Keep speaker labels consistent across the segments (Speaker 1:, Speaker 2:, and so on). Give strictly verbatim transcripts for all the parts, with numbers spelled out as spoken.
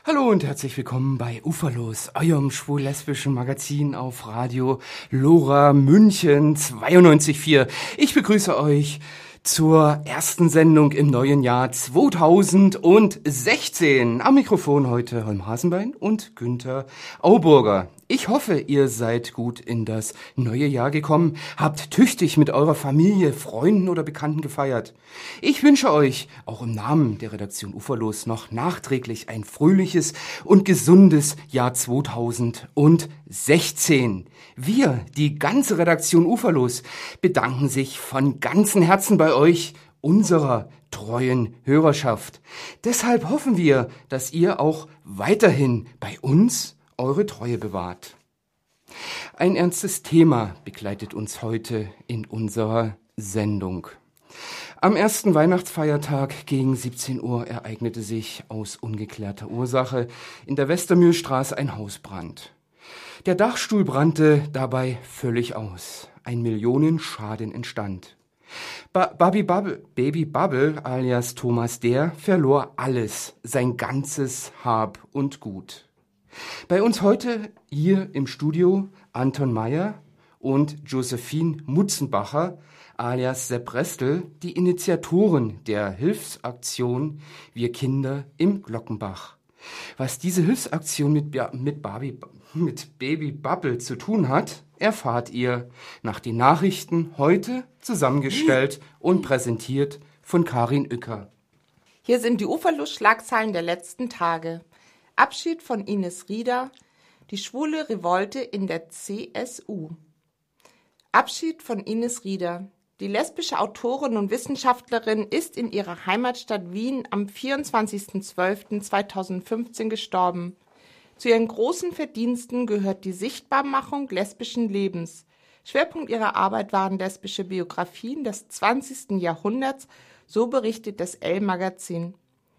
Speaker 1: Hallo und herzlich willkommen bei Uferlos, eurem schwul-lesbischen Magazin auf Radio Lora München zweiundneunzig Komma vier. Ich begrüße euch zur ersten Sendung im neuen Jahr zweitausendsechzehn. Am Mikrofon heute Holm Hasenbein und Günther Auburger. Ich hoffe, ihr seid gut in das neue Jahr gekommen, habt tüchtig mit eurer Familie, Freunden oder Bekannten gefeiert. Ich wünsche euch, auch im Namen der Redaktion Uferlos, noch nachträglich ein fröhliches und gesundes Jahr zweitausendsechzehn. Wir, die ganze Redaktion Uferlos, bedanken sich von ganzem Herzen bei euch, unserer treuen Hörerschaft. Deshalb hoffen wir, dass ihr auch weiterhin bei uns eure Treue bewahrt. Ein ernstes Thema begleitet uns heute in unserer Sendung. Am ersten Weihnachtsfeiertag gegen siebzehn Uhr ereignete sich aus ungeklärter Ursache in der Westermühlstraße ein Hausbrand. Der Dachstuhl brannte dabei völlig aus. Ein Millionenschaden entstand. Ba- Baby Bubble, Baby Bubble alias Thomas Der verlor alles, sein ganzes Hab und Gut. Bei uns heute hier im Studio Anton Meyer und Josephine Mutzenbacher alias Sepp Restel, die Initiatoren der Hilfsaktion Wir Kinder im Glockenbach. Was diese Hilfsaktion mit, mit, Barbie, mit Baby Bubble zu tun hat, erfahrt ihr nach den Nachrichten heute zusammengestellt und präsentiert von Karin Uecker.
Speaker 2: Hier sind die Uferlos-Schlagzeilen der letzten Tage. Abschied von Ines Rieder, die schwule Revolte in der C S U. Abschied von Ines Rieder. Die lesbische Autorin und Wissenschaftlerin ist in ihrer Heimatstadt Wien am vierundzwanzigsten zwölften zweitausendfünfzehn gestorben. Zu ihren großen Verdiensten gehört die Sichtbarmachung lesbischen Lebens. Schwerpunkt ihrer Arbeit waren lesbische Biografien des zwanzigsten Jahrhunderts, so berichtet das Elle-Magazin.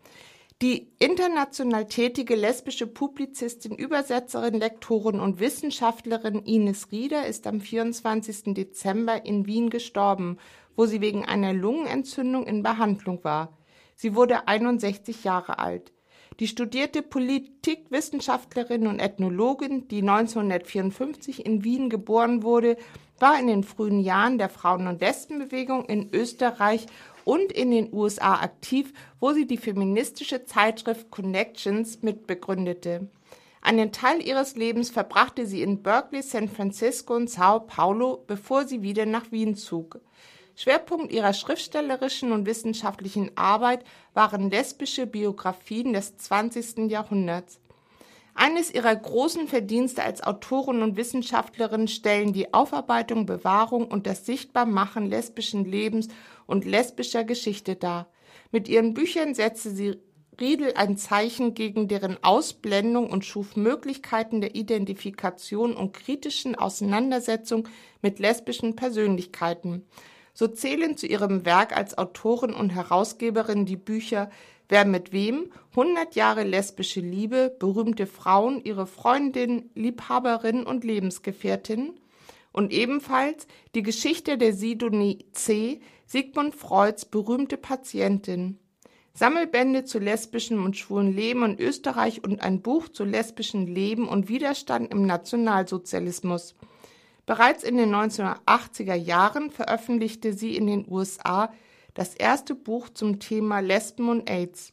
Speaker 2: Die international tätige lesbische Publizistin, Übersetzerin, Lektorin und Wissenschaftlerin Ines Rieder ist am vierundzwanzigsten Dezember in Wien gestorben, wo sie wegen einer Lungenentzündung in Behandlung war. Sie wurde einundsechzig Jahre alt. Die studierte Politikwissenschaftlerin und Ethnologin, die neunzehnhundertvierundfünfzig in Wien geboren wurde, war in den frühen Jahren der Frauen- und Lesbenbewegung in Österreich und in den U S A aktiv, wo sie die feministische Zeitschrift Connections mitbegründete. Einen Teil ihres Lebens verbrachte sie in Berkeley, San Francisco und Sao Paulo, bevor sie wieder nach Wien zog. Schwerpunkt ihrer schriftstellerischen und wissenschaftlichen Arbeit waren lesbische Biografien des zwanzigsten Jahrhunderts. Eines ihrer großen Verdienste als Autorin und Wissenschaftlerin stellen die Aufarbeitung, Bewahrung und das Sichtbarmachen lesbischen Lebens und lesbischer Geschichte dar. Mit ihren Büchern setzte sie Riedel ein Zeichen gegen deren Ausblendung und schuf Möglichkeiten der Identifikation und kritischen Auseinandersetzung mit lesbischen Persönlichkeiten. So zählen zu ihrem Werk als Autorin und Herausgeberin die Bücher Wer mit wem, hundert Jahre lesbische Liebe, berühmte Frauen, ihre Freundin, Liebhaberin und Lebensgefährtin und ebenfalls die Geschichte der Sidonie C., Sigmund Freuds berühmte Patientin. Sammelbände zu lesbischem und schwulen Leben in Österreich und ein Buch zu lesbischem Leben und Widerstand im Nationalsozialismus. Bereits in den neunzehnhundertachtziger Jahren veröffentlichte sie in den U S A das erste Buch zum Thema Lesben und AIDS.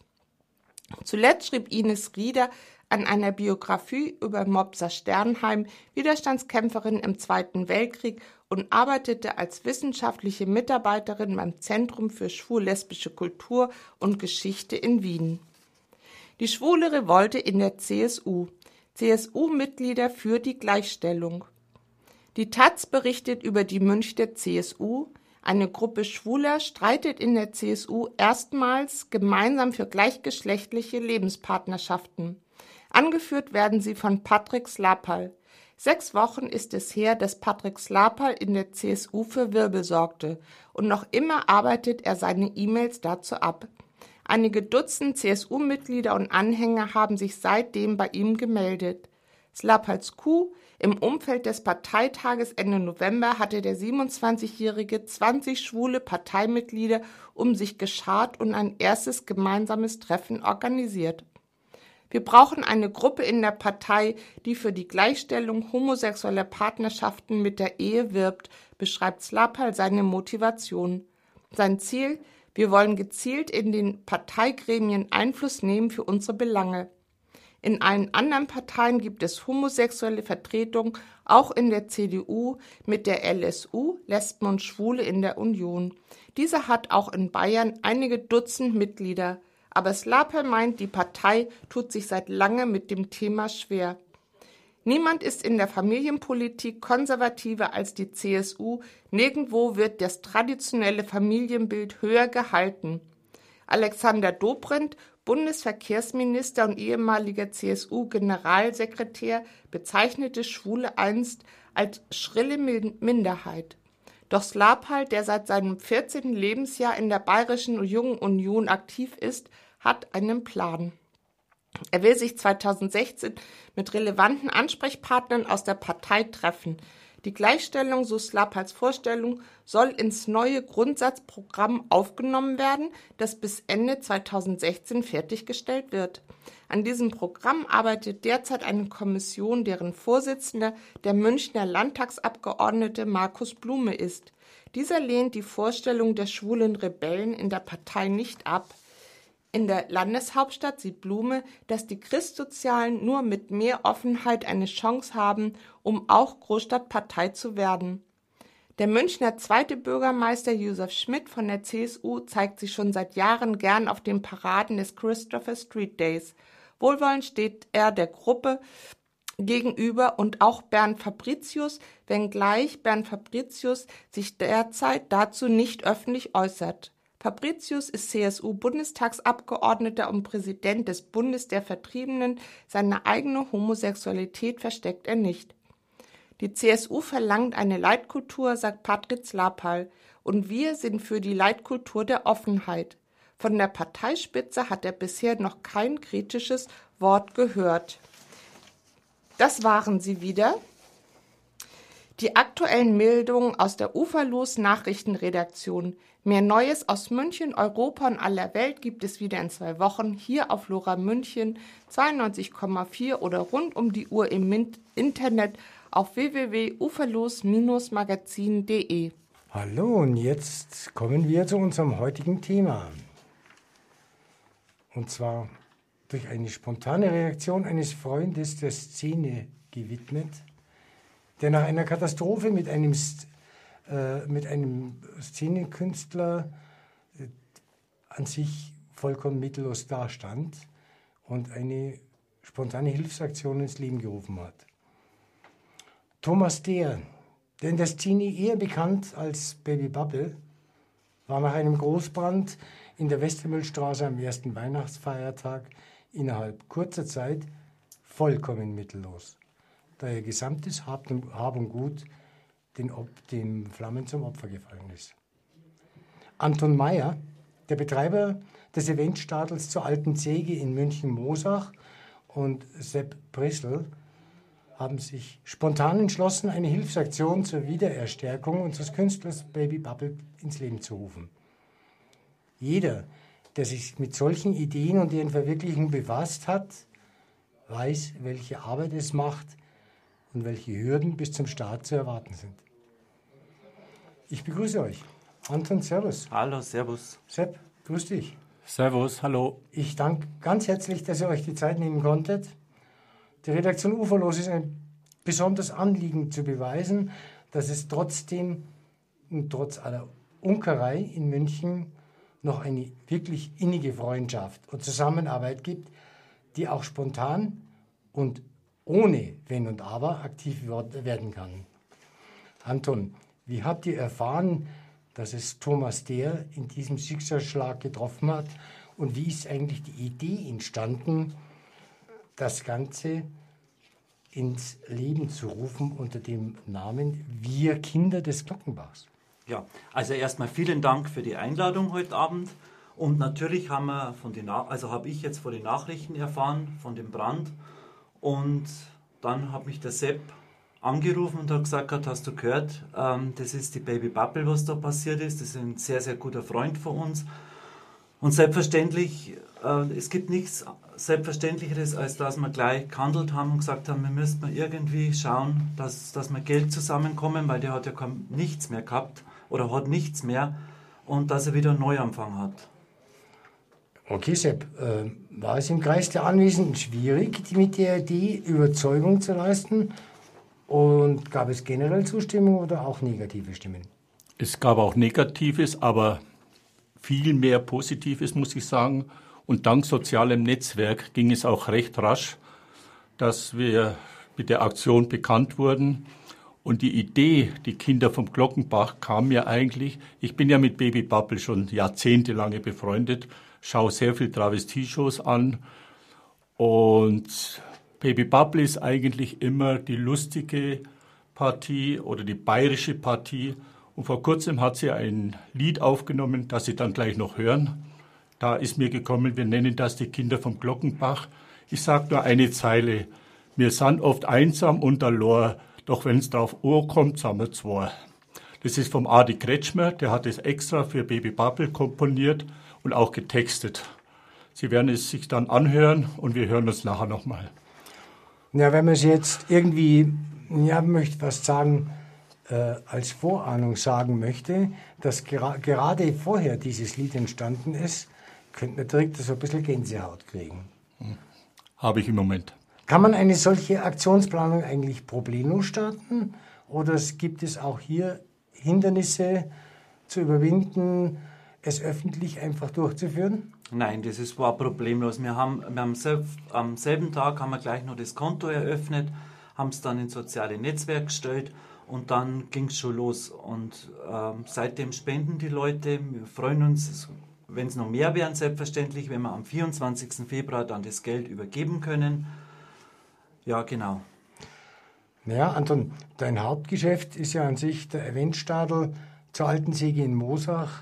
Speaker 2: Zuletzt schrieb Ines Rieder an einer Biografie über Mopsa Sternheim, Widerstandskämpferin im Zweiten Weltkrieg, und arbeitete als wissenschaftliche Mitarbeiterin beim Zentrum für schwul-lesbische Kultur und Geschichte in Wien. Die schwule Revolte in der C S U. C S U-Mitglieder für die Gleichstellung. Die Taz berichtet über die Münchner C S U. Eine Gruppe Schwuler streitet in der C S U erstmals gemeinsam für gleichgeschlechtliche Lebenspartnerschaften. Angeführt werden sie von Patrick Slapal. Sechs Wochen ist es her, dass Patrick Slapal in der C S U für Wirbel sorgte, und noch immer arbeitet er seine E-Mails dazu ab. Einige Dutzend C S U-Mitglieder und Anhänger haben sich seitdem bei ihm gemeldet. Slapals Coup: Im Umfeld des Parteitages Ende November hatte der siebenundzwanzigjährige zwanzig schwule Parteimitglieder um sich geschart und ein erstes gemeinsames Treffen organisiert. Wir brauchen eine Gruppe in der Partei, die für die Gleichstellung homosexueller Partnerschaften mit der Ehe wirbt, beschreibt Slapal seine Motivation. Sein Ziel: Wir wollen gezielt in den Parteigremien Einfluss nehmen für unsere Belange. In allen anderen Parteien gibt es homosexuelle Vertretung, auch in der C D U mit der L S U, Lesben und Schwule in der Union. Diese hat auch in Bayern einige Dutzend Mitglieder. Aber Slapal meint, die Partei tut sich seit langem mit dem Thema schwer. Niemand ist in der Familienpolitik konservativer als die C S U. Nirgendwo wird das traditionelle Familienbild höher gehalten. Alexander Dobrindt, Bundesverkehrsminister und ehemaliger C S U-Generalsekretär, bezeichnete Schwule einst als schrille Minderheit. Doch Slapal, der seit seinem vierzehnten Lebensjahr in der Bayerischen Jungen Union aktiv ist, hat einen Plan. Er will sich zweitausendsechzehn mit relevanten Ansprechpartnern aus der Partei treffen. Die Gleichstellung, so Slapals Vorstellung, soll ins neue Grundsatzprogramm aufgenommen werden, das bis Ende zweitausendsechzehn fertiggestellt wird. An diesem Programm arbeitet derzeit eine Kommission, deren Vorsitzender der Münchner Landtagsabgeordnete Markus Blume ist. Dieser lehnt die Vorstellung der schwulen Rebellen in der Partei nicht ab. In der Landeshauptstadt sieht Blume, dass die Christsozialen nur mit mehr Offenheit eine Chance haben, um auch Großstadtpartei zu werden. Der Münchner zweite Bürgermeister Josef Schmidt von der C S U zeigt sich schon seit Jahren gern auf den Paraden des Christopher Street Days. Wohlwollend steht er der Gruppe gegenüber und auch Bernd Fabricius, wenngleich Bernd Fabricius sich derzeit dazu nicht öffentlich äußert. Fabricius ist C S U-Bundestagsabgeordneter und Präsident des Bundes der Vertriebenen. Seine eigene Homosexualität versteckt er nicht. Die C S U verlangt eine Leitkultur, sagt Patrick Slapal, und wir sind für die Leitkultur der Offenheit. Von der Parteispitze hat er bisher noch kein kritisches Wort gehört. Das waren sie wieder. Die aktuellen Meldungen aus der Uferlos-Nachrichtenredaktion. Mehr Neues aus München, Europa und aller Welt gibt es wieder in zwei Wochen hier auf Lora München zweiundneunzig Komma vier oder rund um die Uhr im Internet auf w w w punkt uferlos Bindestrich magazin punkt de.
Speaker 3: Hallo, und jetzt kommen wir zu unserem heutigen Thema. Und zwar durch eine spontane Reaktion eines Freundes der Szene gewidmet, der nach einer Katastrophe mit einem, äh, mit einem Szenenkünstler äh, an sich vollkommen mittellos dastand und eine spontane Hilfsaktion ins Leben gerufen hat. Thomas Deer, der in der Szene eher bekannt als Baby Bubble, war nach einem Großbrand in der Westermühlstraße am ersten Weihnachtsfeiertag innerhalb kurzer Zeit vollkommen mittellos, da ihr gesamtes Hab und Gut den, den Flammen zum Opfer gefallen ist. Anton Meyer, der Betreiber des Eventstadels zur Alten Zege in München-Mosach, und Sepp Brissel haben sich spontan entschlossen, eine Hilfsaktion zur Wiedererstärkung unseres Künstlers Baby Bubble ins Leben zu rufen. Jeder, der sich mit solchen Ideen und deren Verwirklichung befasst hat, weiß, welche Arbeit es macht und welche Hürden bis zum Start zu erwarten sind. Ich begrüße euch. Anton, servus.
Speaker 4: Hallo, servus.
Speaker 3: Sepp, grüß dich.
Speaker 4: Servus, hallo.
Speaker 3: Ich danke ganz herzlich, dass ihr euch die Zeit nehmen konntet. Die Redaktion Uferlos ist ein besonderes Anliegen zu beweisen, dass es trotzdem und trotz aller Unkerei in München noch eine wirklich innige Freundschaft und Zusammenarbeit gibt, die auch spontan und ohne Wenn und Aber aktiv werden kann. Anton, wie habt ihr erfahren, dass es Thomas Deer in diesem Schicksalsschlag getroffen hat, und wie ist eigentlich die Idee entstanden, das Ganze ins Leben zu rufen unter dem Namen Wir Kinder des Glockenbachs?
Speaker 4: Ja, also erstmal vielen Dank für die Einladung heute Abend. Und natürlich haben wir von den, also habe ich jetzt von den Nachrichten erfahren, von dem Brand. Und dann hat mich der Sepp angerufen und hat gesagt, hast du gehört, ähm, das ist die Baby Bubble, was da passiert ist. Das ist ein sehr, sehr guter Freund von uns. Und selbstverständlich äh, es gibt nichts Selbstverständlicheres, als dass wir gleich gehandelt haben und gesagt haben, wir müssten irgendwie schauen, dass, dass wir Geld zusammenkommen, weil der hat ja kaum nichts mehr gehabt oder hat nichts mehr und dass er wieder einen Neuanfang hat.
Speaker 3: Okay, Sepp, äh, war es im Kreis der Anwesenden schwierig, die mit der Idee Überzeugung zu leisten? Und gab es generell Zustimmung oder auch negative Stimmen?
Speaker 5: Es gab auch Negatives, aber viel mehr Positives, muss ich sagen. Und dank sozialem Netzwerk ging es auch recht rasch, dass wir mit der Aktion bekannt wurden. Und die Idee, die Kinder vom Glockenbach, kam mir eigentlich, ich bin ja mit Baby Bubble schon jahrzehntelange befreundet, schaue sehr viel Travestie-Shows an und Baby Bubble ist eigentlich immer die lustige Partie oder die bayerische Partie. Und vor kurzem hat sie ein Lied aufgenommen, das Sie dann gleich noch hören. Da ist mir gekommen, wir nennen das die Kinder vom Glockenbach. Ich sage nur eine Zeile. Wir sind oft einsam und allein, doch wenn es drauf ankommt, sind wir zwei. Das ist vom Adi Kretschmer, der hat es extra für Baby Bubble komponiert und auch getextet. Sie werden es sich dann anhören und wir hören uns nachher nochmal.
Speaker 3: Ja, wenn man es jetzt irgendwie, ja, möchte was sagen, äh, als Vorahnung sagen möchte, dass gera- gerade vorher dieses Lied entstanden ist, könnte man direkt so ein bisschen Gänsehaut kriegen.
Speaker 5: Hm. Habe ich im Moment.
Speaker 3: Kann man eine solche Aktionsplanung eigentlich problemlos starten? Oder gibt es auch hier Hindernisse zu überwinden, es öffentlich einfach durchzuführen?
Speaker 4: Nein, das ist, war problemlos. Wir haben, wir haben selb, am selben Tag haben wir gleich noch das Konto eröffnet, haben es dann ins soziale Netzwerk gestellt und dann ging es schon los. Und ähm, seitdem spenden die Leute. Wir freuen uns, wenn es noch mehr wären, selbstverständlich, wenn wir am vierundzwanzigsten Februar dann das Geld übergeben können. Ja, genau.
Speaker 3: Naja, Anton, dein Hauptgeschäft ist ja an sich der Eventstadel zur Alten Säge in Moosach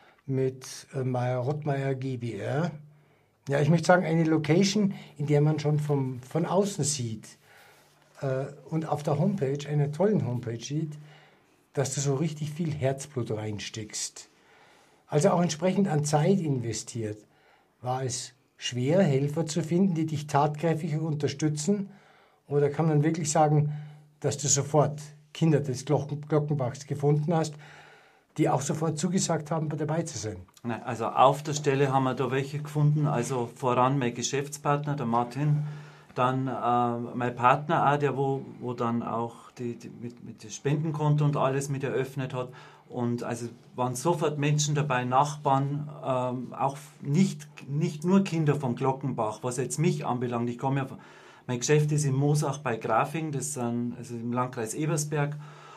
Speaker 3: mit äh, Meyer-Rottmeier G b R. Ja, ich möchte sagen, eine Location, in der man schon vom, von außen sieht äh, und auf der Homepage, einer tollen Homepage sieht, dass du so richtig viel Herzblut reinsteckst. Also auch entsprechend an Zeit investiert. War es schwer, Helfer zu finden, die dich tatkräftig unterstützen? Oder kann man wirklich sagen, dass du sofort Kinder des Glocken- Glockenbachs gefunden hast, die auch sofort zugesagt haben, dabei zu sein?
Speaker 4: Nein, also auf der Stelle haben wir da welche gefunden, also voran mein Geschäftspartner, der Martin, dann äh, mein Partner auch, der wo, wo dann auch die, die, mit, mit dem Spendenkonto und alles mit eröffnet hat. Und also waren sofort Menschen dabei, Nachbarn, ähm, auch nicht, nicht nur Kinder vom Glockenbach, was jetzt mich anbelangt. Ich komme ja, mein Geschäft ist in Moosach bei Grafing, das ist ein, also im Landkreis Ebersberg.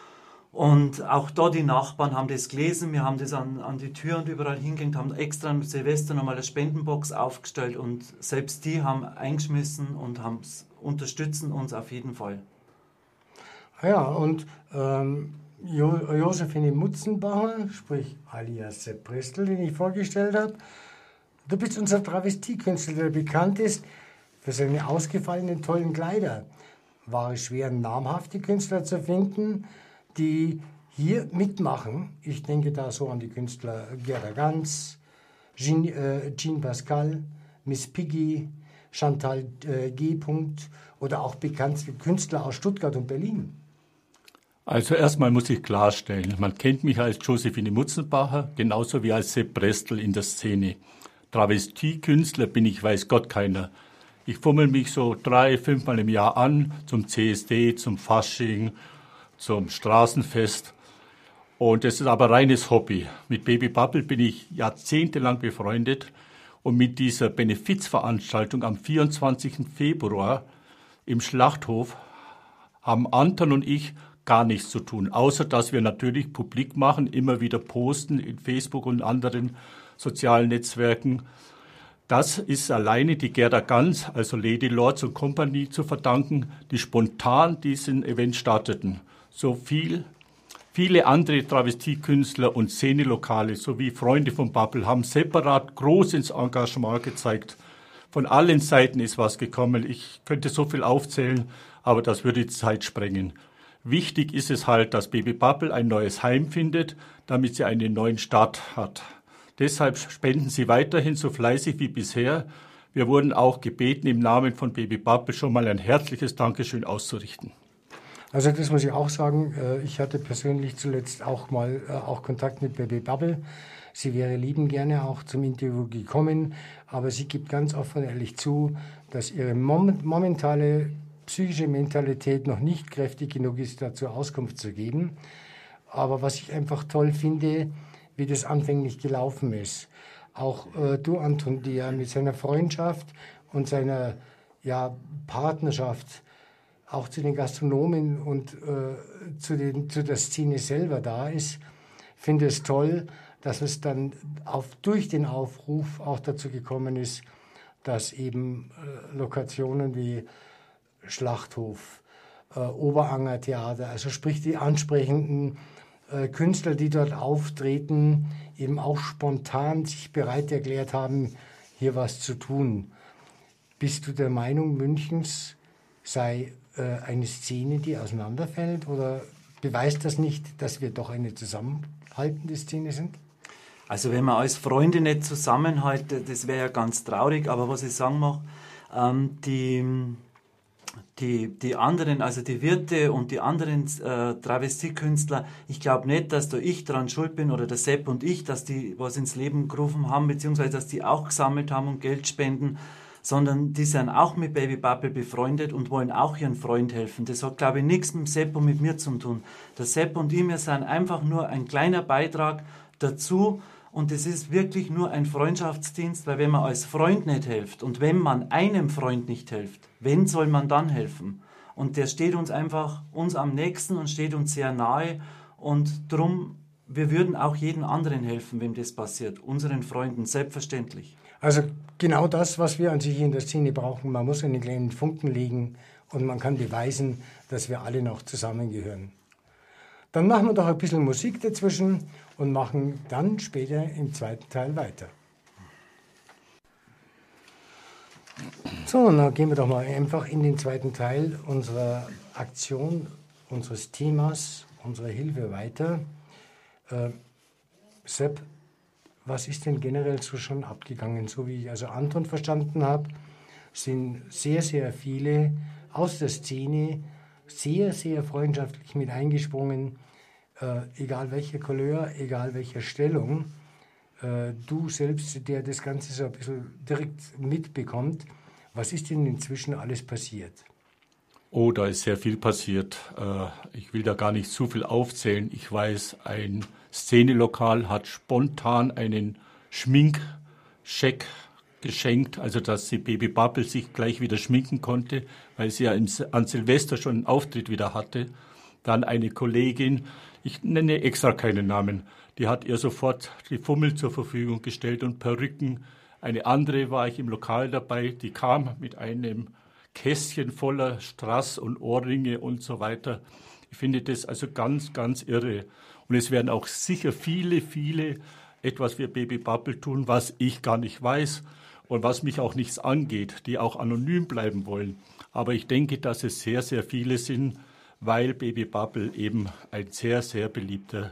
Speaker 4: Und auch da die Nachbarn haben das gelesen, wir haben das an, an die Tür und überall hingehängt, haben extra am Silvester nochmal eine Spendenbox aufgestellt und selbst die haben eingeschmissen und haben's, unterstützen uns auf jeden Fall.
Speaker 3: Ja, und ähm, jo Josephine Mutzenbacher, sprich alias Sepp Prestel, den ich vorgestellt habe, du bist unser Travestiekünstler, der bekannt ist für seine ausgefallenen tollen Kleider. War es schwer, namhafte Künstler zu finden, die hier mitmachen? Ich denke da so an die Künstler Gerda Ganz, Jean, äh, Jean Pascal, Miss Piggy, Chantal äh, G. oder auch bekannte Künstler aus Stuttgart und Berlin.
Speaker 5: Also erstmal muss ich klarstellen, man kennt mich als Josephine Mutzenbacher, genauso wie als Sepp Prestel in der Szene. Travestiekünstler bin ich, weiß Gott, keiner. Ich fummel mich so drei, fünfmal im Jahr an, zum C S D, zum Fasching, zum Straßenfest. Und das ist aber reines Hobby. Mit Baby Bubble bin ich jahrzehntelang befreundet. Und mit dieser Benefizveranstaltung am vierundzwanzigsten Februar im Schlachthof haben Anton und ich gar nichts zu tun, außer dass wir natürlich publik machen, immer wieder posten in Facebook und anderen sozialen Netzwerken. Das ist alleine die Gerda Ganz, also Lady Lords und Company, zu verdanken, die spontan diesen Event starteten. So viel, viele andere Travestiekünstler und Szenelokale sowie Freunde von Bubble haben separat groß ins Engagement gezeigt. Von allen Seiten ist was gekommen. Ich könnte so viel aufzählen, aber das würde die Zeit sprengen. Wichtig ist es halt, dass Baby Bubble ein neues Heim findet, damit sie einen neuen Start hat. Deshalb spenden Sie weiterhin so fleißig wie bisher. Wir wurden auch gebeten, im Namen von Baby Bubble schon mal ein herzliches Dankeschön auszurichten.
Speaker 3: Also das muss ich auch sagen. Ich hatte persönlich zuletzt auch mal auch Kontakt mit Baby Bubble. Sie wäre liebend gerne auch zum Interview gekommen, aber sie gibt ganz offen und ehrlich zu, dass ihre momentane psychische Mentalität noch nicht kräftig genug ist, dazu Auskunft zu geben. Aber was ich einfach toll finde, wie das anfänglich gelaufen ist. Auch äh, du, Anton, der mit seiner Freundschaft und seiner ja, Partnerschaft auch zu den Gastronomen und äh, zu, den, zu der Szene selber da ist, finde es toll, dass es dann auf, durch den Aufruf auch dazu gekommen ist, dass eben äh, Lokationen wie Schlachthof, äh, Oberanger Theater, also sprich die ansprechenden äh, Künstler, die dort auftreten, eben auch spontan sich bereit erklärt haben, hier was zu tun. Bist du der Meinung, Münchens sei äh, eine Szene, die auseinanderfällt, oder beweist das nicht, dass wir doch eine zusammenhaltende Szene sind?
Speaker 4: Also wenn man als Freunde nicht zusammenhalten, das wäre ja ganz traurig, aber was ich sagen mag, ähm, die, die, die anderen, also die Wirte und die anderen äh, Travestiekünstler, ich glaube nicht, dass da ich dran schuld bin oder der Sepp und ich, dass die was ins Leben gerufen haben, beziehungsweise dass die auch gesammelt haben und Geld spenden, sondern die sind auch mit Baby Bubble befreundet und wollen auch ihren Freund helfen. Das hat, glaube ich, nichts mit dem Sepp und mit mir zu tun. Der Sepp und ich, wir sind einfach nur ein kleiner Beitrag dazu, und es ist wirklich nur ein Freundschaftsdienst, weil wenn man als Freund nicht hilft und wenn man einem Freund nicht hilft, wen soll man dann helfen? Und der steht uns einfach uns am nächsten und steht uns sehr nahe, und drum, wir würden auch jedem anderen helfen, wem das passiert, unseren Freunden, selbstverständlich.
Speaker 3: Also genau das, was wir an sich in der Szene brauchen. Man muss einen kleinen Funken legen und man kann beweisen, dass wir alle noch zusammengehören. Dann machen wir doch ein bisschen Musik dazwischen und machen dann später im zweiten Teil weiter. So, und dann gehen wir doch mal einfach in den zweiten Teil unserer Aktion, unseres Themas, unserer Hilfe weiter. Äh, Sepp, was ist denn generell so schon abgegangen? So wie ich also Anton verstanden habe, sind sehr, sehr viele aus der Szene sehr, sehr freundschaftlich mit eingesprungen, äh, egal welche Couleur, egal welche Stellung. Äh, du selbst, der das Ganze so ein bisschen direkt mitbekommt, was ist denn inzwischen alles passiert?
Speaker 5: Oh, da ist sehr viel passiert. Äh, ich will da gar nicht zu viel aufzählen. Ich weiß, ein Szenelokal hat spontan einen Schminkscheck geschenkt, also dass die Baby Bubble sich gleich wieder schminken konnte, weil sie ja im, an Silvester schon einen Auftritt wieder hatte. Dann eine Kollegin, ich nenne extra keinen Namen, die hat ihr sofort die Fummel zur Verfügung gestellt und Perücken. Eine andere war ich im Lokal dabei, die kam mit einem Kästchen voller Strass und Ohrringe und so weiter. Ich finde das also ganz, ganz irre. Und es werden auch sicher viele, viele etwas für Baby Bubble tun, was ich gar nicht weiß und was mich auch nichts angeht, die auch anonym bleiben wollen. Aber ich denke, dass es sehr, sehr viele sind, weil Baby Bubble eben ein sehr, sehr beliebter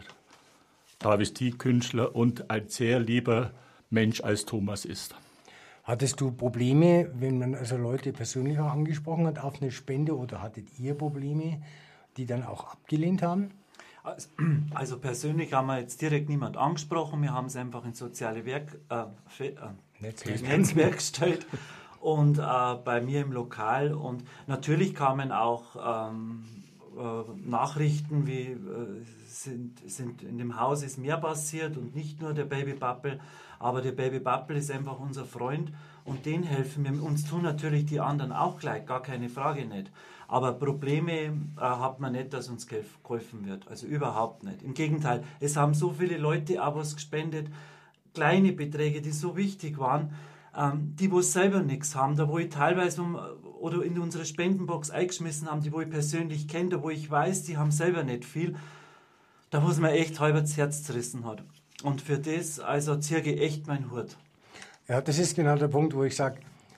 Speaker 5: Travestiekünstler und ein sehr lieber Mensch als Thomas ist.
Speaker 3: Hattest du Probleme, wenn man also Leute persönlich auch angesprochen hat auf eine Spende, oder hattet ihr Probleme, die dann auch abgelehnt haben?
Speaker 4: Also, also persönlich haben wir jetzt direkt niemand angesprochen, wir haben es einfach ins soziale Werk, äh, äh,
Speaker 3: Netzwerk.
Speaker 4: Netzwerk gestellt und äh, bei mir im Lokal, und natürlich kamen auch ähm, äh, Nachrichten wie äh, sind, sind in dem Haus ist mehr passiert und nicht nur der Baby Bubble, aber der Baby Bubble ist einfach unser Freund und den helfen wir. Uns tun natürlich die anderen auch gleich, gar keine Frage nicht. Aber Probleme äh, hat man nicht, dass uns geholfen wird. Also überhaupt nicht. Im Gegenteil, es haben so viele Leute auch was gespendet, kleine Beträge, die so wichtig waren, ähm, die wo selber nichts haben, da wo ich teilweise um, oder in unsere Spendenbox eingeschmissen haben, die wo ich persönlich kenne, da wo ich weiß, die haben selber nicht viel, da wo es mir echt halber das Herz zerrissen hat. Und für das, also ziehe ich echt meinen Hut.
Speaker 3: Ja, das ist genau der Punkt, wo ich sage,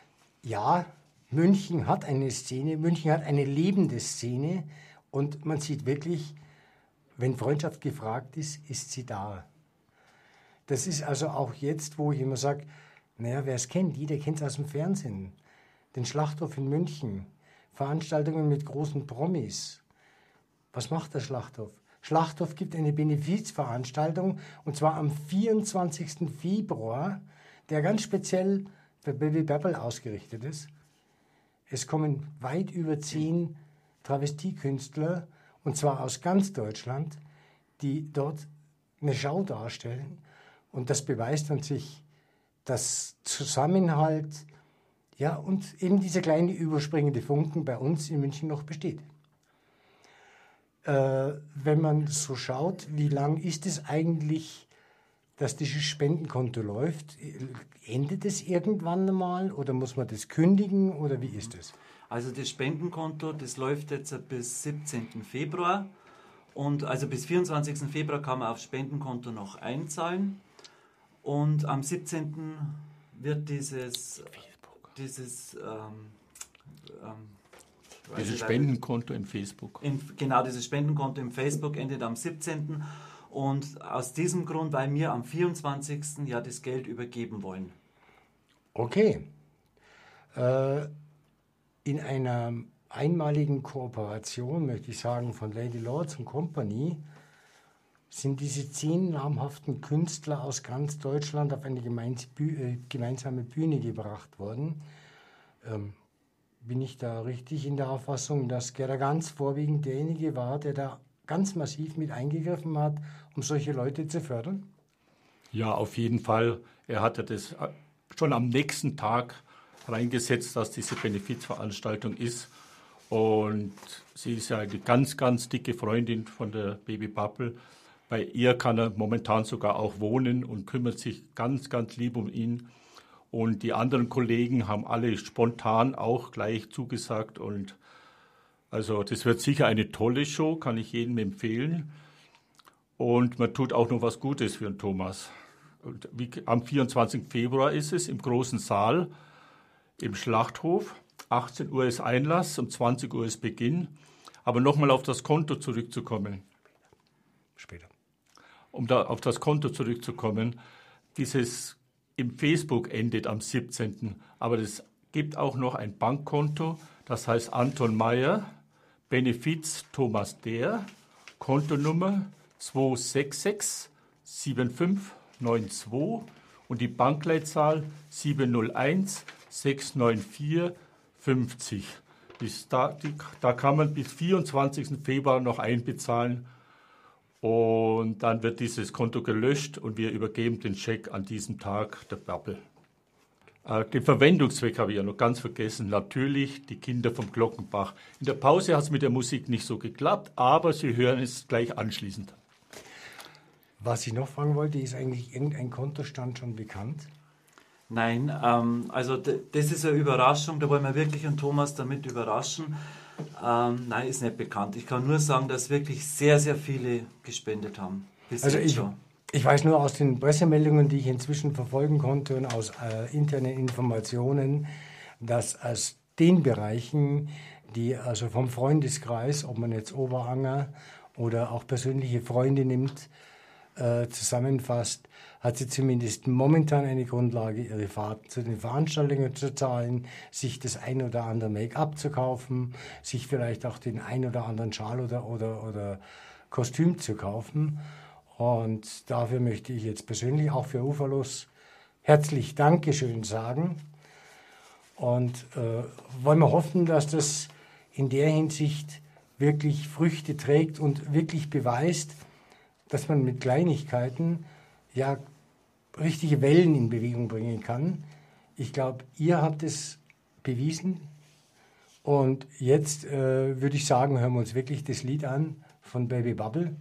Speaker 3: ja, München hat eine Szene, München hat eine lebende Szene, und man sieht wirklich, wenn Freundschaft gefragt ist, ist sie da. Das ist also auch jetzt, wo ich immer sage, naja, wer es kennt, jeder kennt es aus dem Fernsehen. Den Schlachthof in München, Veranstaltungen mit großen Promis. Was macht der Schlachthof? Schlachthof gibt eine Benefizveranstaltung, und zwar am vierundzwanzigsten Februar, der ganz speziell für Baby Bubble ausgerichtet ist. Es kommen weit über zehn Travestiekünstler, und zwar aus ganz Deutschland, die dort eine Schau darstellen. Und das beweist an sich, dass Zusammenhalt, ja, und eben dieser kleine überspringende Funken bei uns in München noch besteht. Äh, wenn man so schaut, wie lang ist es eigentlich, dass dieses Spendenkonto läuft? Endet es irgendwann mal oder muss man das kündigen oder wie ist es?
Speaker 4: Also das Spendenkonto, das läuft jetzt bis siebzehnten Februar und also bis vierundzwanzigsten Februar kann man aufs Spendenkonto noch einzahlen und am siebzehnten wird dieses, dieses ähm, ähm,
Speaker 5: Dieses Spendenkonto im Facebook.
Speaker 4: In, genau, dieses Spendenkonto im Facebook endet am siebzehnten Und aus diesem Grund, weil wir am vierundzwanzigsten ja das Geld übergeben wollen.
Speaker 3: Okay. Äh, in einer einmaligen Kooperation, möchte ich sagen, von Lady Lords und Company sind diese zehn namhaften Künstler aus ganz Deutschland auf eine gemeinsame Bühne gebracht worden. Ähm, Bin ich da richtig in der Auffassung, dass Gerda Ganz vorwiegend derjenige war, der da ganz massiv mit eingegriffen hat, um solche Leute zu fördern?
Speaker 5: Ja, auf jeden Fall. Er hatte das schon am nächsten Tag reingesetzt, dass diese Benefizveranstaltung ist. Und sie ist ja eine ganz, ganz dicke Freundin von der Baby Bubble. Bei ihr kann er momentan sogar auch wohnen und kümmert sich ganz, ganz lieb um ihn. Und die anderen Kollegen haben alle spontan auch gleich zugesagt. Und also das wird sicher eine tolle Show, kann ich jedem empfehlen. Und man tut auch noch was Gutes für den Thomas. Und wie, am vierundzwanzigsten Februar ist es im großen Saal im Schlachthof. achtzehn Uhr ist Einlass, um zwanzig Uhr ist Beginn. Aber nochmal auf das Konto zurückzukommen.
Speaker 3: Später.
Speaker 5: Um da auf das Konto zurückzukommen, dieses im Facebook endet am siebzehnten Aber es gibt auch noch ein Bankkonto, das heißt Anton Meyer, Benefiz Thomas Dehr, Kontonummer zwei sechs sechs sieben fünf neun zwei und die Bankleitzahl sieben null eins sechs neun vier fünfzig. Bis da, die, da kann man bis vierundzwanzigsten Februar noch einbezahlen. Und dann wird dieses Konto gelöscht und wir übergeben den Scheck an diesem Tag der Bubble. Äh, den Verwendungszweck habe ich ja noch ganz vergessen. Natürlich die Kinder vom Glockenbach. In der Pause hat es mit der Musik nicht so geklappt, aber Sie hören es gleich anschließend.
Speaker 3: Was ich noch fragen wollte, ist eigentlich irgendein Kontostand schon bekannt?
Speaker 4: Nein, ähm, also d- das ist eine Überraschung, da wollen wir wirklich einen Thomas damit überraschen. Ähm, nein, ist nicht bekannt. Ich kann nur sagen, dass wirklich sehr, sehr viele gespendet haben. Bis
Speaker 3: Also
Speaker 4: jetzt
Speaker 3: ich,
Speaker 4: schon.
Speaker 3: ich weiß nur aus den Pressemeldungen, die ich inzwischen verfolgen konnte und aus äh, internen Informationen, dass aus den Bereichen, die also vom Freundeskreis, ob man jetzt Oberanger oder auch persönliche Freunde nimmt, äh, zusammenfasst, hat sie zumindest momentan eine Grundlage, ihre Fahrten zu den Veranstaltungen zu zahlen, sich das ein oder andere Make-up zu kaufen, sich vielleicht auch den ein oder anderen Schal oder, oder, oder Kostüm zu kaufen. Und dafür möchte ich jetzt persönlich auch für Uferlos herzlich Dankeschön sagen. Und äh, wollen wir hoffen, dass das in der Hinsicht wirklich Früchte trägt und wirklich beweist, dass man mit Kleinigkeiten ja richtige Wellen in Bewegung bringen kann. Ich glaube, ihr habt es bewiesen. Und jetzt äh, würde ich sagen, hören wir uns wirklich das Lied an von Baby Bubble.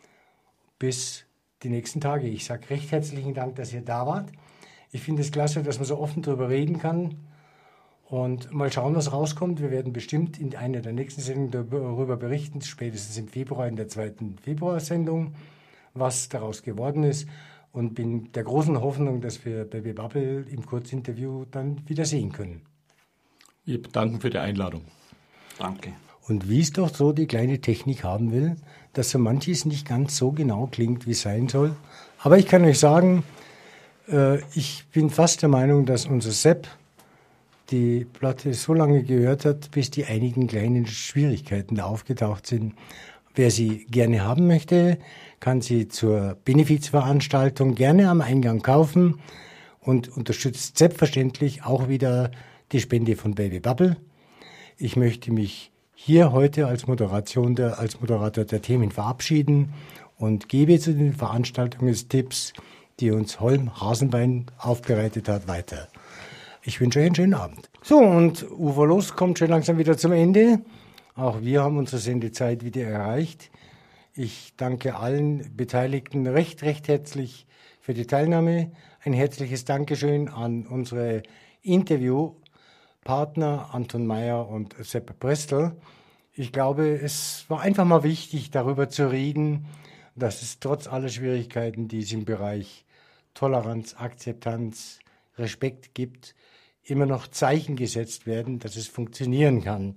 Speaker 3: Bis die nächsten Tage. Ich sage recht herzlichen Dank, dass ihr da wart. Ich finde es klasse, dass man so offen darüber reden kann. Und mal schauen, was rauskommt. Wir werden bestimmt in einer der nächsten Sendungen darüber berichten, spätestens im Februar, in der zweiten Februarsendung, was daraus geworden ist. Und bin der großen Hoffnung, dass wir Baby Bubble im Kurzinterview dann wieder sehen können.
Speaker 5: Wir danken für die Einladung.
Speaker 4: Danke.
Speaker 3: Und wie es doch so die kleine Technik haben will, dass so manches nicht ganz so genau klingt, wie es sein soll. Aber ich kann euch sagen, äh, ich bin fast der Meinung, dass unser Sepp die Platte so lange gehört hat, bis die einigen kleinen Schwierigkeiten da aufgetaucht sind. Wer sie gerne haben möchte, kann sie zur Benefizveranstaltung gerne am Eingang kaufen und unterstützt selbstverständlich auch wieder die Spende von Baby Bubble. Ich möchte mich hier heute als Moderation der, als Moderator der Themen verabschieden und gebe zu den Veranstaltungstipps, die uns Holm Hasenbein aufbereitet hat, weiter. Ich wünsche euch einen schönen Abend. So, und Uferlos kommt schon langsam wieder zum Ende. Auch wir haben unsere Sendezeit wieder erreicht. Ich danke allen Beteiligten recht, recht herzlich für die Teilnahme. Ein herzliches Dankeschön an unsere Interviewpartner Anton Meyer und Sepp Prestel. Ich glaube, es war einfach mal wichtig, darüber zu reden, dass es trotz aller Schwierigkeiten, die es im Bereich Toleranz, Akzeptanz, Respekt gibt, immer noch Zeichen gesetzt werden, dass es funktionieren kann.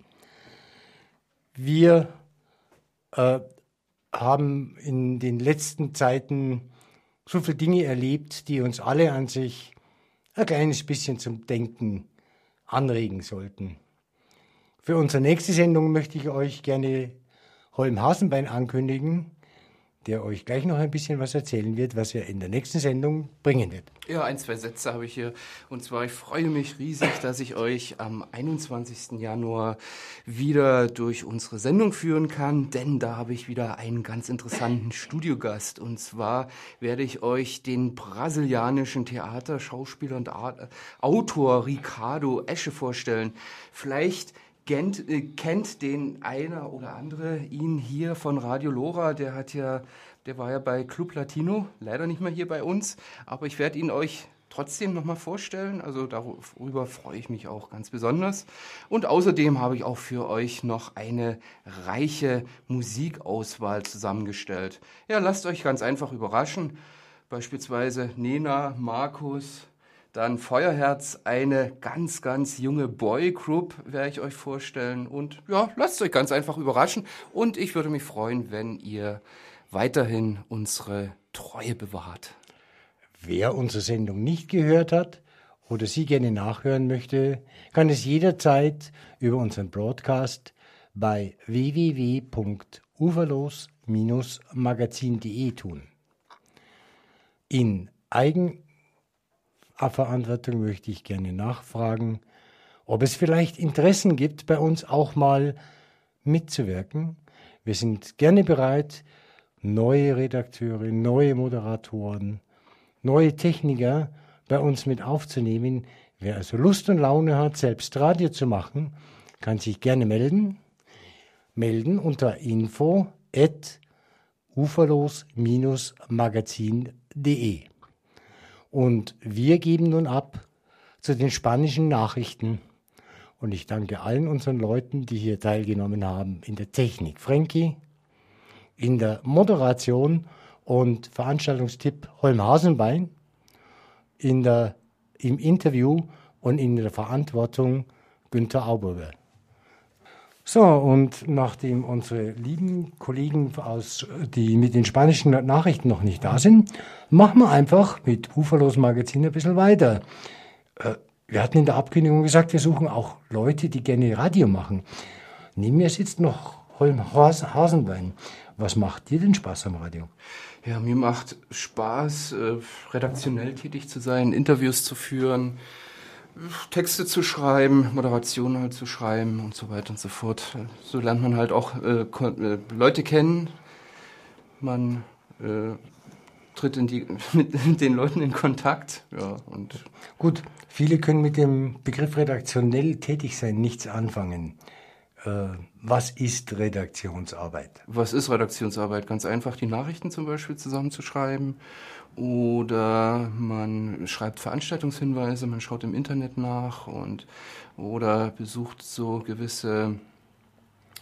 Speaker 3: Wir äh, haben in den letzten Zeiten so viele Dinge erlebt, die uns alle an sich ein kleines bisschen zum Denken anregen sollten. Für unsere nächste Sendung möchte ich euch gerne Holm Hasenbein ankündigen, der euch gleich noch ein bisschen was erzählen wird, was er in der nächsten Sendung bringen wird.
Speaker 1: Ja, ein, zwei Sätze habe ich hier. Und zwar, ich freue mich riesig, dass ich euch am einundzwanzigsten Januar wieder durch unsere Sendung führen kann, denn da habe ich wieder einen ganz interessanten Studiogast. Und zwar werde ich euch den brasilianischen Theater, Schauspieler und Art- Autor Ricardo Esche vorstellen. Vielleicht Kennt, äh, kennt den einer oder andere ihn hier von Radio Lora, der hat ja, der war ja bei Club Latino, leider nicht mehr hier bei uns, aber ich werde ihn euch trotzdem nochmal vorstellen, also darüber freue ich mich auch ganz besonders. Und außerdem habe ich auch für euch noch eine reiche Musikauswahl zusammengestellt. Ja, lasst euch ganz einfach überraschen, beispielsweise Nena, Markus, dann Feuerherz, eine ganz, ganz junge Boygroup werde ich euch vorstellen. Und ja, lasst euch ganz einfach überraschen. Und ich würde mich freuen, wenn ihr weiterhin unsere Treue bewahrt.
Speaker 3: Wer unsere Sendung nicht gehört hat oder sie gerne nachhören möchte, kann es jederzeit über unseren Broadcast bei w w w punkt uferlos Bindestrich magazin punkt de tun. In Eigen Verantwortung möchte ich gerne nachfragen, ob es vielleicht Interessen gibt, bei uns auch mal mitzuwirken. Wir sind gerne bereit, neue Redakteure, neue Moderatoren, neue Techniker bei uns mit aufzunehmen. Wer also Lust und Laune hat, selbst Radio zu machen, kann sich gerne melden. Melden unter info at uferlos Bindestrich magazin punkt de. Und wir geben nun ab zu den spanischen Nachrichten. Und ich danke allen unseren Leuten, die hier teilgenommen haben, in der Technik. Frankie, in der Moderation und Veranstaltungstipp Holm Hasenbein, in der, im Interview und in der Verantwortung Günther Auburger. So, und nachdem unsere lieben Kollegen, aus, die mit den spanischen Nachrichten noch nicht da sind, machen wir einfach mit Uferlos Magazin ein bisschen weiter. Äh, wir hatten in der Abkündigung gesagt, wir suchen auch Leute, die gerne Radio machen. Neben mir sitzt noch Holm Hasenbein. Was macht dir denn Spaß am Radio?
Speaker 1: Ja, mir macht Spaß, äh, redaktionell tätig zu sein, Interviews zu führen, Texte zu schreiben, Moderationen halt zu schreiben und so weiter und so fort. So lernt man halt auch äh, äh, Leute kennen. Man äh, tritt in die, mit den Leuten in Kontakt. Ja, und
Speaker 3: gut, viele können mit dem Begriff redaktionell tätig sein nichts anfangen. Äh, was ist Redaktionsarbeit?
Speaker 1: Was ist Redaktionsarbeit? Ganz einfach, die Nachrichten zum Beispiel zusammenzuschreiben. Oder man schreibt Veranstaltungshinweise, man schaut im Internet nach und oder besucht so gewisse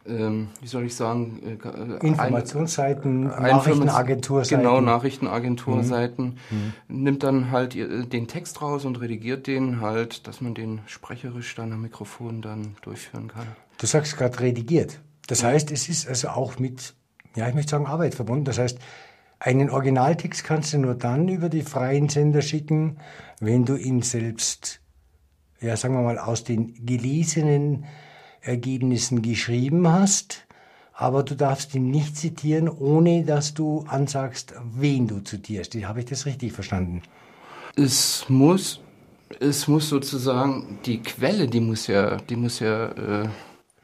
Speaker 1: ähm, wie soll ich sagen,
Speaker 3: äh, Informationsseiten, ein, Nachrichtenagenturseiten.
Speaker 1: Genau, Nachrichtenagenturseiten. Mhm. Nimmt dann halt den Text raus und redigiert den halt, dass man den sprecherisch dann am Mikrofon dann durchführen kann.
Speaker 3: Du sagst gerade redigiert. Das ja. heißt, es ist also auch mit, ja, ich möchte sagen, Arbeit verbunden. Das heißt, einen Originaltext kannst du nur dann über die freien Sender schicken, wenn du ihn selbst, ja, sagen wir mal, aus den gelesenen Ergebnissen geschrieben hast, aber du darfst ihn nicht zitieren, ohne dass du ansagst, wen du zitierst. Habe ich das richtig verstanden?
Speaker 1: Es muss, es muss sozusagen, die Quelle, die muss ja, die muss ja... Äh,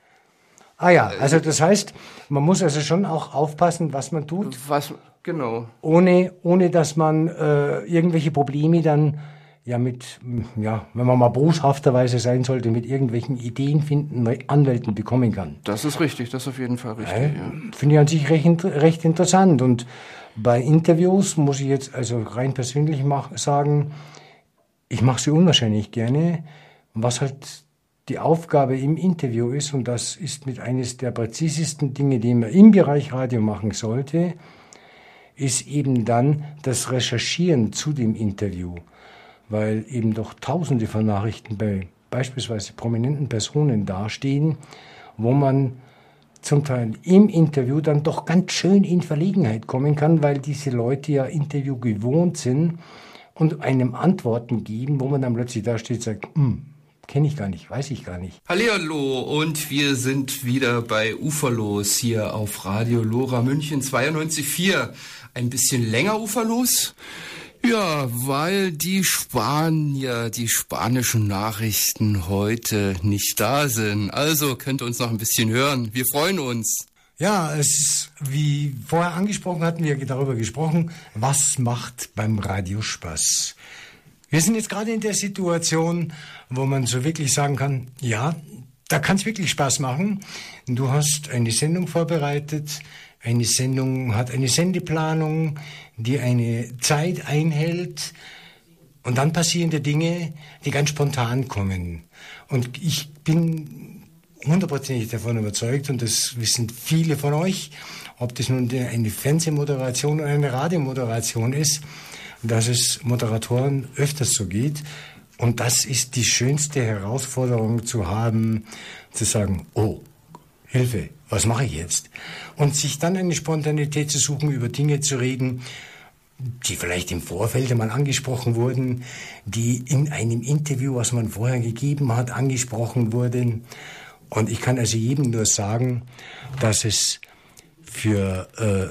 Speaker 3: ah ja, also das heißt, man muss also schon auch aufpassen, was man tut.
Speaker 1: Was, genau.
Speaker 3: Ohne, ohne dass man äh, irgendwelche Probleme dann ja mit, ja, wenn man mal boshafterweise sein sollte, mit irgendwelchen Ideen finden, Anwälten bekommen kann.
Speaker 1: Das ist richtig, das ist auf jeden Fall richtig.
Speaker 3: Ja,
Speaker 1: ja.
Speaker 3: Finde ich an sich recht, recht interessant. Und bei Interviews muss ich jetzt also rein persönlich mach, sagen, ich mache sie unwahrscheinlich gerne, was halt die Aufgabe im Interview ist, und das ist mit eines der präzisesten Dinge, die man im Bereich Radio machen sollte, ist eben dann das Recherchieren zu dem Interview. Weil eben doch tausende von Nachrichten bei beispielsweise prominenten Personen dastehen, wo man zum Teil im Interview dann doch ganz schön in Verlegenheit kommen kann, weil diese Leute ja Interview gewohnt sind und einem Antworten geben, wo man dann plötzlich da steht und sagt, hm, kenne ich gar nicht, weiß ich gar nicht.
Speaker 1: Hallihallo, und wir sind wieder bei Uferlos hier auf Radio Lora München zweiundneunzig Komma vier. Ein bisschen länger Uferlos. Ja, weil die Spanier, die spanischen Nachrichten heute nicht da sind. Also könnt ihr uns noch ein bisschen hören. Wir freuen uns.
Speaker 3: Ja, es ist, wie vorher angesprochen, hatten wir darüber gesprochen, was macht beim Radio Spaß. Wir sind jetzt gerade in der Situation, wo man so wirklich sagen kann, ja, da kann es wirklich Spaß machen. Du hast eine Sendung vorbereitet. Eine Sendung hat eine Sendeplanung, die eine Zeit einhält, und dann passieren die Dinge, die ganz spontan kommen. Und ich bin hundertprozentig davon überzeugt, und das wissen viele von euch, ob das nun eine Fernsehmoderation oder eine Radiomoderation ist, dass es Moderatoren öfters so geht. Und das ist die schönste Herausforderung zu haben, zu sagen, oh, Hilfe, was mache ich jetzt? Und sich dann eine Spontanität zu suchen, über Dinge zu reden, die vielleicht im Vorfeld einmal angesprochen wurden, die in einem Interview, was man vorher gegeben hat, angesprochen wurden. Und ich kann also jedem nur sagen, dass es für,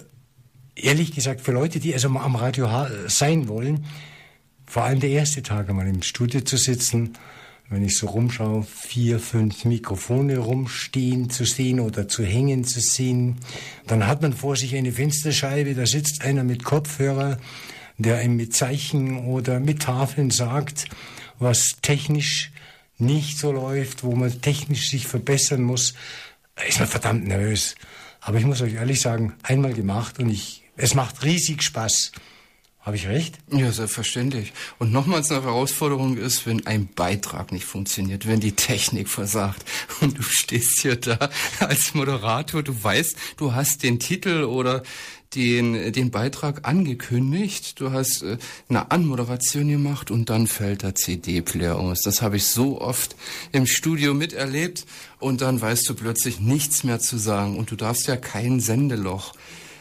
Speaker 3: äh, ehrlich gesagt, für Leute, die also mal am Radio sein wollen, vor allem der erste Tag einmal im Studio zu sitzen, wenn ich so rumschaue, vier, fünf Mikrofone rumstehen zu sehen oder zu hängen zu sehen. Dann hat man vor sich eine Fensterscheibe, da sitzt einer mit Kopfhörer, der einem mit Zeichen oder mit Tafeln sagt, was technisch nicht so läuft, wo man technisch sich verbessern muss. Da ist man verdammt nervös. Aber ich muss euch ehrlich sagen, einmal gemacht, und ich, es macht riesig Spaß. Habe ich recht?
Speaker 1: Ja, selbstverständlich. Und nochmals eine Herausforderung ist, wenn ein Beitrag nicht funktioniert, wenn die Technik versagt und du stehst hier da als Moderator, du weißt, du hast den Titel oder den, den Beitrag angekündigt, du hast äh, eine Anmoderation gemacht und dann fällt der C D-Player aus. Das habe ich so oft im Studio miterlebt, und dann weißt du plötzlich nichts mehr zu sagen, und du darfst ja kein Sendeloch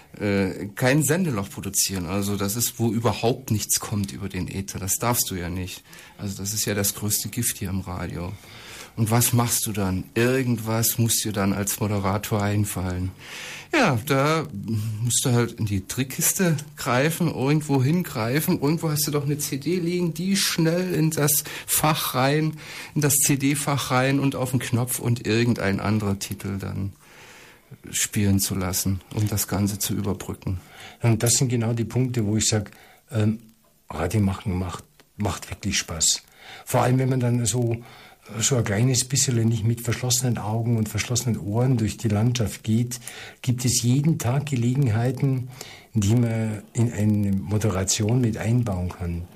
Speaker 1: kein Sendeloch produzieren. Also das ist, wo überhaupt nichts kommt über den Äther. Das darfst du ja nicht. Also das ist ja das größte Gift hier im Radio. Und was machst du dann? Irgendwas muss dir dann als Moderator einfallen. Ja, da musst du halt in die Trickkiste greifen, irgendwo hingreifen. Irgendwo hast du doch eine C D liegen, die schnell in das Fach rein, in das C D-Fach rein und auf den Knopf und irgendein anderer Titel dann spielen zu lassen, um das Ganze zu überbrücken.
Speaker 3: Und das sind genau die Punkte, wo ich sage, ähm, Radio machen macht, macht wirklich Spaß. Vor allem, wenn man dann so, so ein kleines bisschen nicht mit verschlossenen Augen und verschlossenen Ohren durch die Landschaft geht, gibt es jeden Tag Gelegenheiten, die man in eine Moderation mit einbauen kann.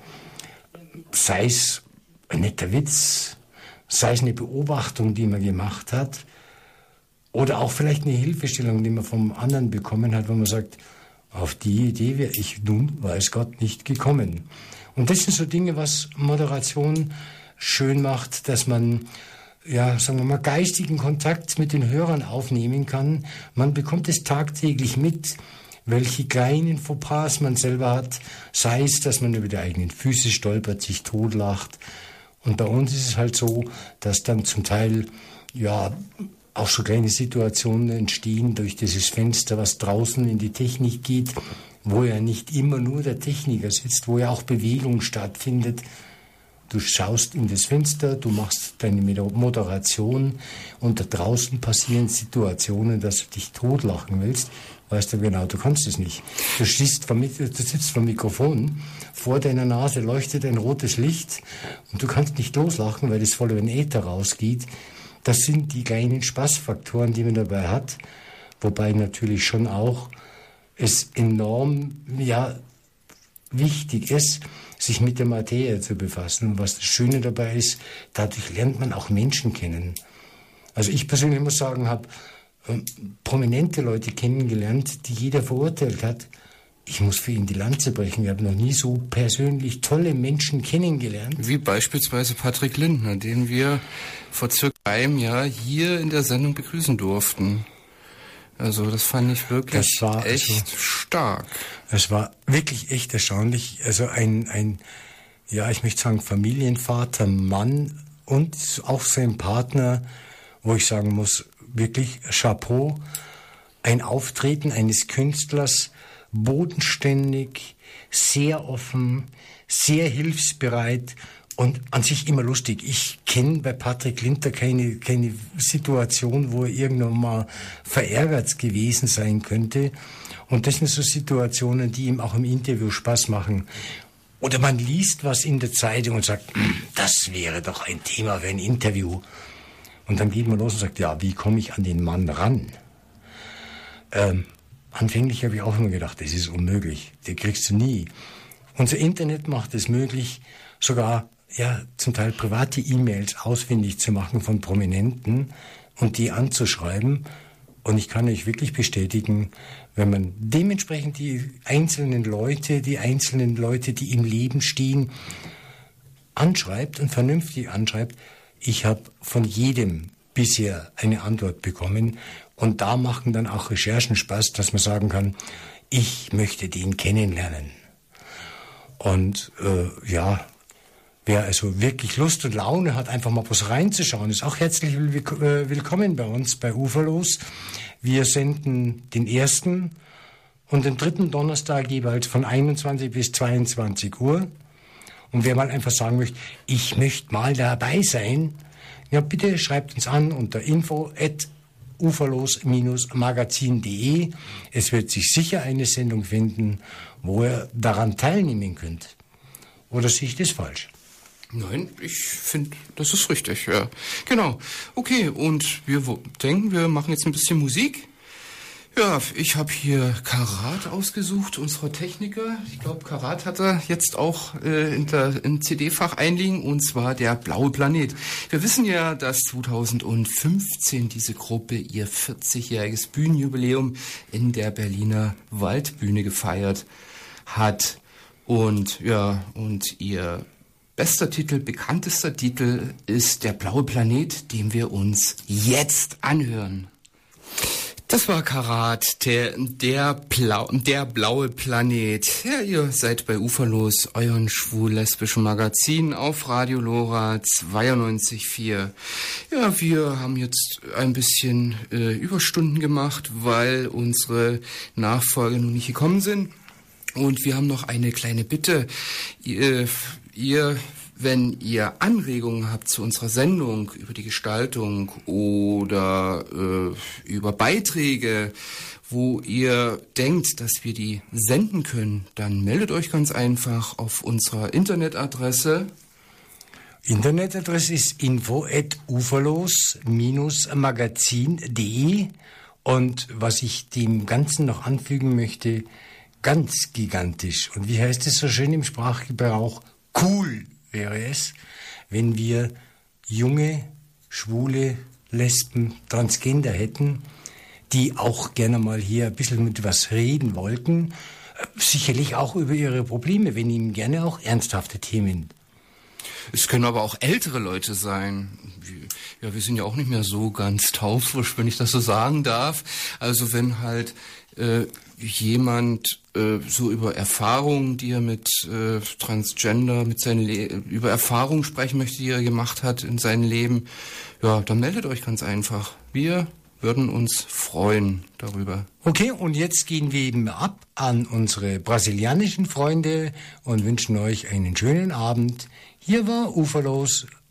Speaker 3: Sei es ein netter Witz, sei es eine Beobachtung, die man gemacht hat. Oder auch vielleicht eine Hilfestellung, die man vom anderen bekommen hat, wo man sagt, auf die Idee wäre ich nun, weiß Gott, nicht gekommen. Und das sind so Dinge, was Moderation schön macht, dass man, ja, sagen wir mal, geistigen Kontakt mit den Hörern aufnehmen kann. Man bekommt es tagtäglich mit, welche kleinen Fauxpas man selber hat, sei es, dass man über die eigenen Füße stolpert, sich totlacht. Und bei uns ist es halt so, dass dann zum Teil, ja, auch so kleine Situationen entstehen durch dieses Fenster, was draußen in die Technik geht, wo ja nicht immer nur der Techniker sitzt, wo ja auch Bewegung stattfindet. Du schaust in das Fenster, du machst deine Moderation und da draußen passieren Situationen, dass du dich totlachen willst. Weißt du genau, du kannst es nicht. Du, stehst vom, du sitzt vom Mikrofon, vor deiner Nase leuchtet ein rotes Licht und du kannst nicht loslachen, weil das voll über den Äther rausgeht. Das sind die kleinen Spaßfaktoren, die man dabei hat, wobei natürlich schon auch es enorm, ja, wichtig ist, sich mit der Materie zu befassen. Und was das Schöne dabei ist, dadurch lernt man auch Menschen kennen. Also ich persönlich muss sagen, habe ähm, prominente Leute kennengelernt, die jeder verurteilt hat. Ich muss für ihn die Lanze brechen. Wir haben noch nie so persönlich tolle Menschen kennengelernt.
Speaker 1: Wie beispielsweise Patrick Lindner, den wir vor circa einem Jahr hier in der Sendung begrüßen durften. Also das fand ich wirklich
Speaker 3: das war
Speaker 1: echt
Speaker 3: also,
Speaker 1: stark.
Speaker 3: Es war wirklich echt erstaunlich. Also ein, ein, ja, ich möchte sagen, Familienvater, Mann und auch sein Partner, wo ich sagen muss, wirklich Chapeau. Ein Auftreten eines Künstlers, bodenständig, sehr offen, sehr hilfsbereit und an sich immer lustig. Ich kenne bei Patrick Lindner keine, keine Situation, wo er irgendwann mal verärgert gewesen sein könnte. Und das sind so Situationen, die ihm auch im Interview Spaß machen. Oder man liest was in der Zeitung und sagt, das wäre doch ein Thema für ein Interview. Und dann geht man los und sagt, ja, wie komme ich an den Mann ran? Ähm, Anfänglich habe ich auch immer gedacht, das ist unmöglich, den kriegst du nie. Unser Internet macht es möglich, sogar ja zum Teil private E-Mails ausfindig zu machen von Prominenten und die anzuschreiben. Und ich kann euch wirklich bestätigen, wenn man dementsprechend die einzelnen Leute, die einzelnen Leute, die im Leben stehen, anschreibt und vernünftig anschreibt, ich habe von jedem bisher eine Antwort bekommen. Und da machen dann auch Recherchen Spaß, dass man sagen kann, ich möchte den kennenlernen. Und äh, ja, wer also wirklich Lust und Laune hat, einfach mal was reinzuschauen, ist auch herzlich willkommen bei uns bei Uferlos. Wir senden den ersten und den dritten Donnerstag jeweils von einundzwanzig bis zweiundzwanzig Uhr. Und wer mal einfach sagen möchte, ich möchte mal dabei sein, ja bitte schreibt uns an unter info at uferlos Magazin punkt de. Es wird sich sicher eine Sendung finden, wo ihr daran teilnehmen könnt. Oder sehe ich das falsch?
Speaker 1: Nein, ich finde, das ist richtig, ja. Genau. Okay, und wir denken, wir machen jetzt ein bisschen Musik. Ja, ich habe hier Karat ausgesucht, unserer Techniker. Ich glaube, Karat hat er jetzt auch äh, in der, im C D-Fach einliegen, und zwar der Blaue Planet. Wir wissen ja, dass zweitausendfünfzehn diese Gruppe ihr vierzigjähriges Bühnenjubiläum in der Berliner Waldbühne gefeiert hat. Und ja, und ihr bester Titel, bekanntester Titel ist der Blaue Planet, den wir uns jetzt anhören. Das war Karat, der, der, Blau, der blaue Planet. Ja, ihr seid bei Uferlos, euren schwul-lesbischen Magazin auf Radio Lora zweiundneunzig Komma vier. Ja, wir haben jetzt ein bisschen äh, Überstunden gemacht, weil unsere Nachfolger noch nicht gekommen sind. Und wir haben noch eine kleine Bitte. Ihr, ihr Wenn ihr Anregungen habt zu unserer Sendung über die Gestaltung oder äh, über Beiträge, wo ihr denkt, dass wir die senden können, dann meldet euch ganz einfach auf unserer Internetadresse.
Speaker 3: Internetadresse ist info at uferlos Magazin punkt de. Und was ich dem Ganzen noch anfügen möchte, ganz gigantisch. Und wie heißt es so schön im Sprachgebrauch? Cool wäre es, wenn wir junge, schwule, Lesben, Transgender hätten, die auch gerne mal hier ein bisschen mit was reden wollten. Sicherlich auch über ihre Probleme, wenn ihnen gerne auch ernsthafte Themen.
Speaker 1: Es können aber auch ältere Leute sein. Ja, wir sind ja auch nicht mehr so ganz taufrisch, wenn ich das so sagen darf. Also wenn halt äh, jemand äh, so über Erfahrungen, die er mit äh, Transgender, mit seinen Le über Erfahrungen sprechen möchte, die er gemacht hat in seinem Leben, ja, dann meldet euch ganz einfach. Wir würden uns freuen darüber.
Speaker 3: Okay, und jetzt gehen wir eben ab an unsere brasilianischen Freunde und wünschen euch einen schönen Abend. Hier war Uferlos